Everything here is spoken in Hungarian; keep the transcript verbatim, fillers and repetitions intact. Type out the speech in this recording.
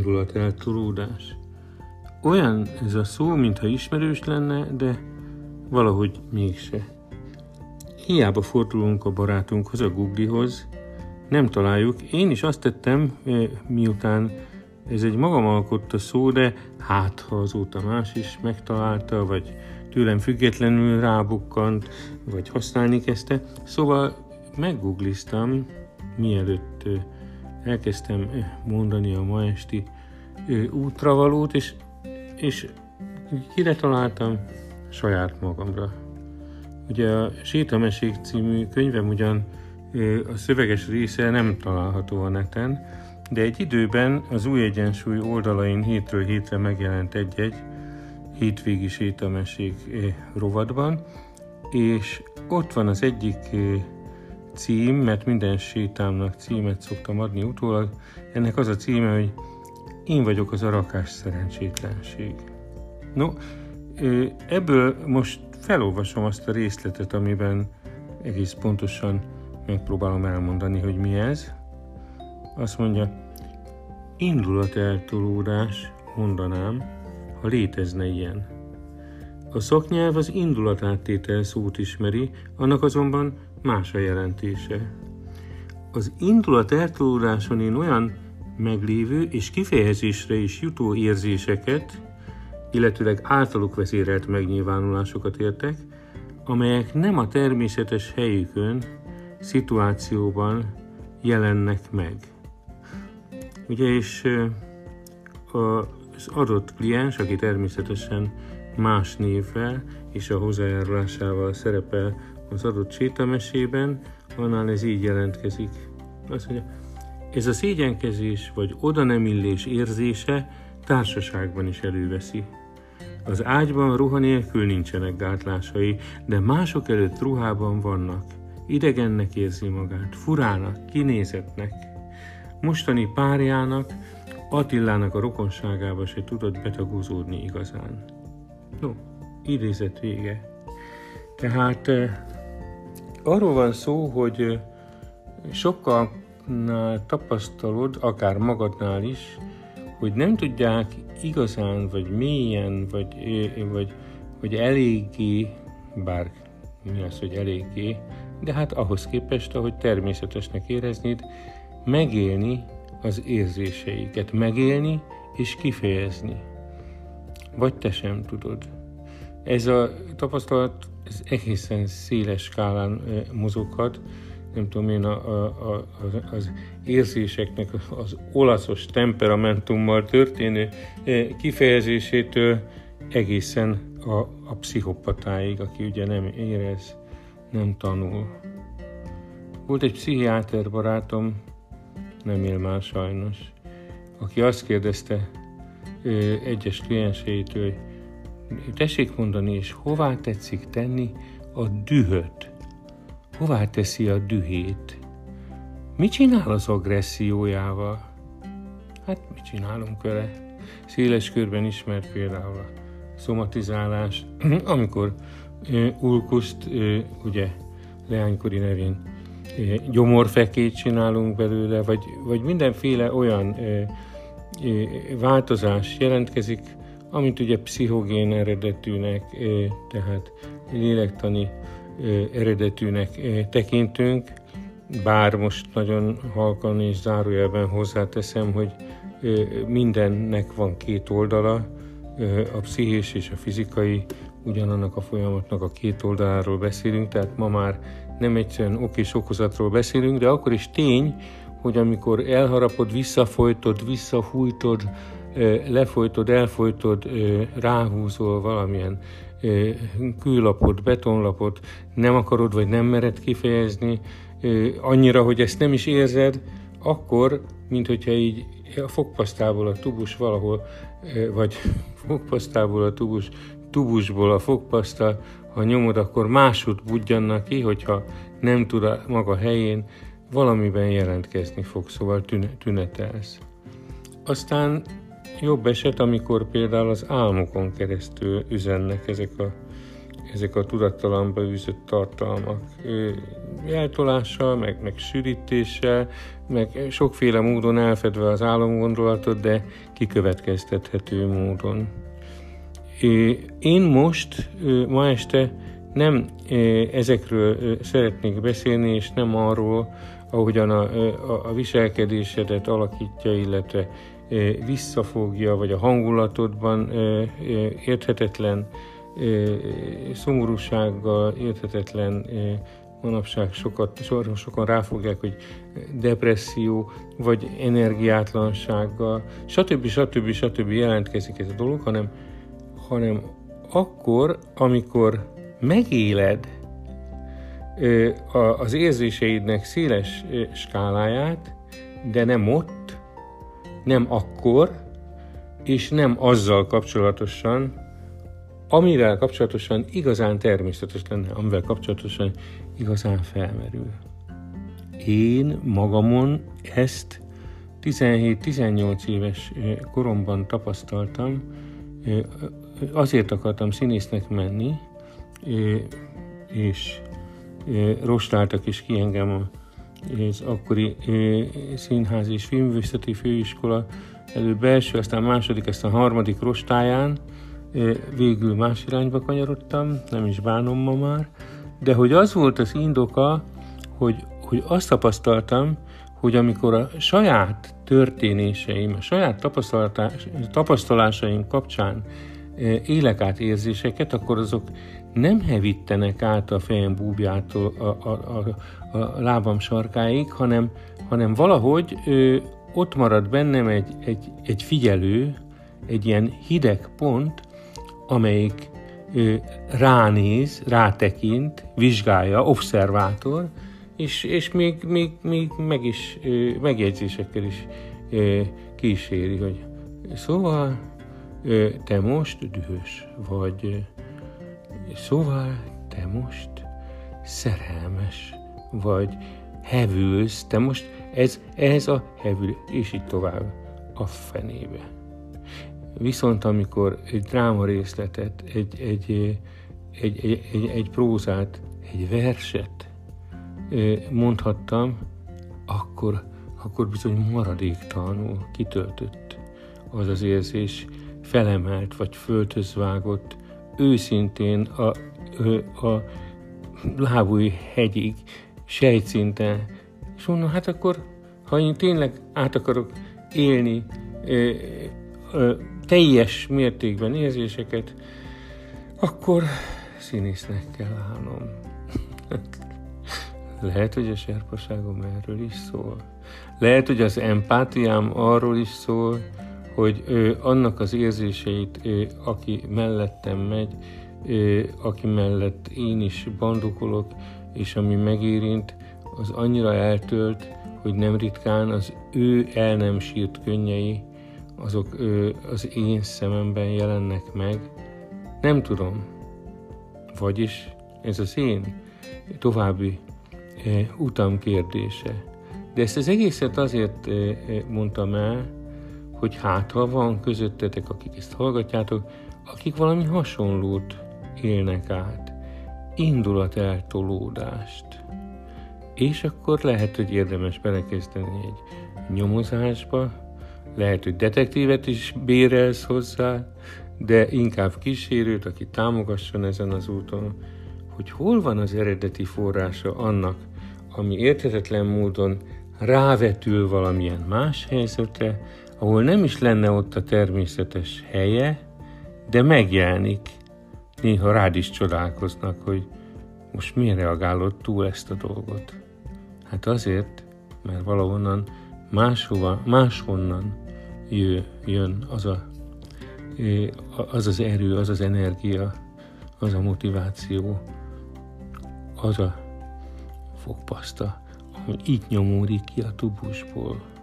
Indulateltolódás. Olyan ez a szó, mintha ismerős lenne, de valahogy mégse. Hiába fordulunk a barátunkhoz, a Google-hoz, nem találjuk. Én is azt tettem, miután ez egy magam alkotta szó, de hát ha azóta más is megtalálta, vagy tőlem függetlenül rábukkant, vagy használni kezdte. Szóval meggoogliztam, mielőtt elkezdtem mondani a ma esti útravalót, és, és kire találtam? Saját magamra. Ugye a Sétamesék című könyvem ugyan a szöveges része nem található a neten, de egy időben az Új Egyensúly oldalain hétről hétre megjelent egy-egy hétvégi sétamesék rovatban, és ott van az egyik cím, mert minden sétámnak címet szoktam adni utólag, ennek az a címe, hogy Én vagyok az a rakás szerencsétlenség. No, ebből most felolvasom azt a részletet, amiben egész pontosan megpróbálom elmondani, hogy mi ez. Azt mondja, indulateltolódás, mondanám, ha létezne ilyen. A szaknyelv az indulatáttétel szót ismeri, annak azonban más a jelentése. Az indulateltolódáson én olyan meglévő és kifejezésre is jutó érzéseket, illetőleg általuk vezérelt megnyilvánulásokat értek, amelyek nem a természetes helyükön, szituációban jelennek meg. Ugye, és az adott kliens, aki természetesen más névvel és a hozzájárulásával szerepel az adott sétamesében, annál ez így jelentkezik. Azt mondja, ez a szégyenkezés vagy oda nem illés érzése társaságban is előveszi. Az ágyban ruha nélkül nincsenek gátlásai, de mások előtt ruhában vannak. Idegennek érzi magát, furának, kinézetnek. Mostani párjának, Attilának a rokonságába se tudott betagozódni igazán. No, idézet vége. Tehát eh, arról van szó, hogy eh, sokkal tapasztalod, akár magadnál is, hogy nem tudják igazán, vagy mélyen, vagy, vagy, vagy eléggé, bár mi az, hogy eléggé, de hát ahhoz képest, ahogy természetesnek éreznéd, megélni az érzéseiket, megélni és kifejezni. Vagy te sem tudod. Ez a tapasztalat ez egészen széles skálán mozoghat, nem tudom én, a, a, a, az érzéseknek az olaszos temperamentummal történő kifejezésétől egészen a, a pszichopatáig, aki ugye nem érez, nem tanul. Volt egy pszichiáter barátom, nem él már sajnos, aki azt kérdezte egyes klienseitől, hogy tessék mondani, és hová tetszik tenni a dühöt? Hová teszi a dühét? Mit csinál az agressziójával? Hát mit csinálunk vele? Széles körben ismert például a szomatizálás, amikor ulkuszt, ugye leánykori nevén gyomorfekét csinálunk belőle, vagy, vagy mindenféle olyan változás jelentkezik, amit ugye pszichogén eredetűnek, tehát lélektani eredetűnek tekintünk, bár most nagyon halkan és zárójelben hozzáteszem, hogy mindennek van két oldala, a pszichés és a fizikai, ugyanannak a folyamatnak a két oldaláról beszélünk, tehát ma már nem egyszerűen ok és okozatról beszélünk, de akkor is tény, hogy amikor elharapod, visszafolytod, visszahújtod, lefolytod, elfolytod, ráhúzol valamilyen kőlapot, betonlapot, nem akarod vagy nem mered kifejezni, annyira, hogy ezt nem is érzed, akkor, mint hogyha így a fogpasztából a tubus valahol, vagy fogpasztából a tubus, tubusból a fogpaszta, ha nyomod, akkor máshogy budjannak ki, hogyha nem tud a maga helyén, valamiben jelentkezni fog, szóval tünetelsz. Aztán jobb eset, amikor például az álmokon keresztül üzennek ezek a ezek a tudattalamba űzött tartalmak eltolással, meg, meg sűrítéssel, meg sokféle módon elfedve az álomgondolatot, de kikövetkeztethető módon. Én most, ma este nem ezekről szeretnék beszélni, és nem arról, ahogyan a, a, a viselkedésedet alakítja, illetve visszafogja, vagy a hangulatodban érthetetlen szomorúsággal, érthetetlen, manapság sokat, sokan ráfogják, hogy depresszió, vagy energiátlansággal, stb. stb. stb. Jelentkezik ez a dolog, hanem, hanem akkor, amikor megéled az érzéseidnek széles skáláját, de nem ott, nem akkor, és nem azzal kapcsolatosan, amivel kapcsolatosan igazán természetes lenne, amivel kapcsolatosan igazán felmerül. Én magamon ezt tizenhét-tizennyolc éves koromban tapasztaltam, azért akartam színésznek menni, és rostáltak is ki engem az akkori színház és filmművészeti főiskola előbb első, aztán második, aztán harmadik rostáján, végül más irányba kanyarodtam, nem is bánom ma már, de hogy az volt az indoka, hogy, hogy azt tapasztaltam, hogy amikor a saját történéseim, a saját tapasztalásaim kapcsán élek át érzéseket, akkor azok nem hevítenek át a fejem búbjától a, a, a, a lábam sarkáig, hanem, hanem valahogy ö, ott marad bennem egy, egy, egy figyelő, egy ilyen hideg pont, amelyik ö, ránéz, rátekint, vizsgálja, obszervátor, és, és még, még, még meg is, ö, megjegyzésekkel is ö, kíséri, hogy szóval ö, te most dühös vagy, szóval te most szerelmes vagy, hevülsz, te most ez, ez a hevül, és így tovább a fenébe. Viszont amikor egy dráma részletet, egy, egy, egy, egy, egy, egy prózát, egy verset mondhattam, akkor, akkor bizony maradéktalanul kitöltött az az érzés, felemelt vagy földhöz vágott, őszintén a, a lábúj hegyig, sejtszinten, és mondom, hát akkor, ha én tényleg át akarok élni ö, ö, teljes mértékben érzéseket, akkor színésznek kell állnom. Lehet, hogy a serpaságom erről is szól. Lehet, hogy az empátiám arról is szól, hogy ö, annak az érzéseit, ö, aki mellettem megy, ö, aki mellett én is bandukolok, és ami megérint, az annyira eltölt, hogy nem ritkán az ő el nem sírt könnyei, azok ö, az én szememben jelennek meg. Nem tudom. Vagyis ez az én további ö, utam kérdése. De ezt az egészet azért ö, mondtam el, hogy hát ha van közöttetek, akik ezt hallgatjátok, akik valami hasonlót élnek át, indulateltolódást. És akkor lehet, hogy érdemes belekezdeni egy nyomozásba, lehet, hogy detektívet is bérelsz hozzá, de inkább kísérőt, aki támogasson ezen az úton, hogy hol van az eredeti forrása annak, ami érthetetlen módon rávetül valamilyen más helyzetre, ahol nem is lenne ott a természetes helye, de megjelenik. Néha rád is csodálkoznak, hogy most miért reagálod túl ezt a dolgot. Hát azért, mert valahonnan máshova, máshonnan jön az, a, az az erő, az az energia, az a motiváció, az a fogpaszta, ami így nyomódik ki a tubusból.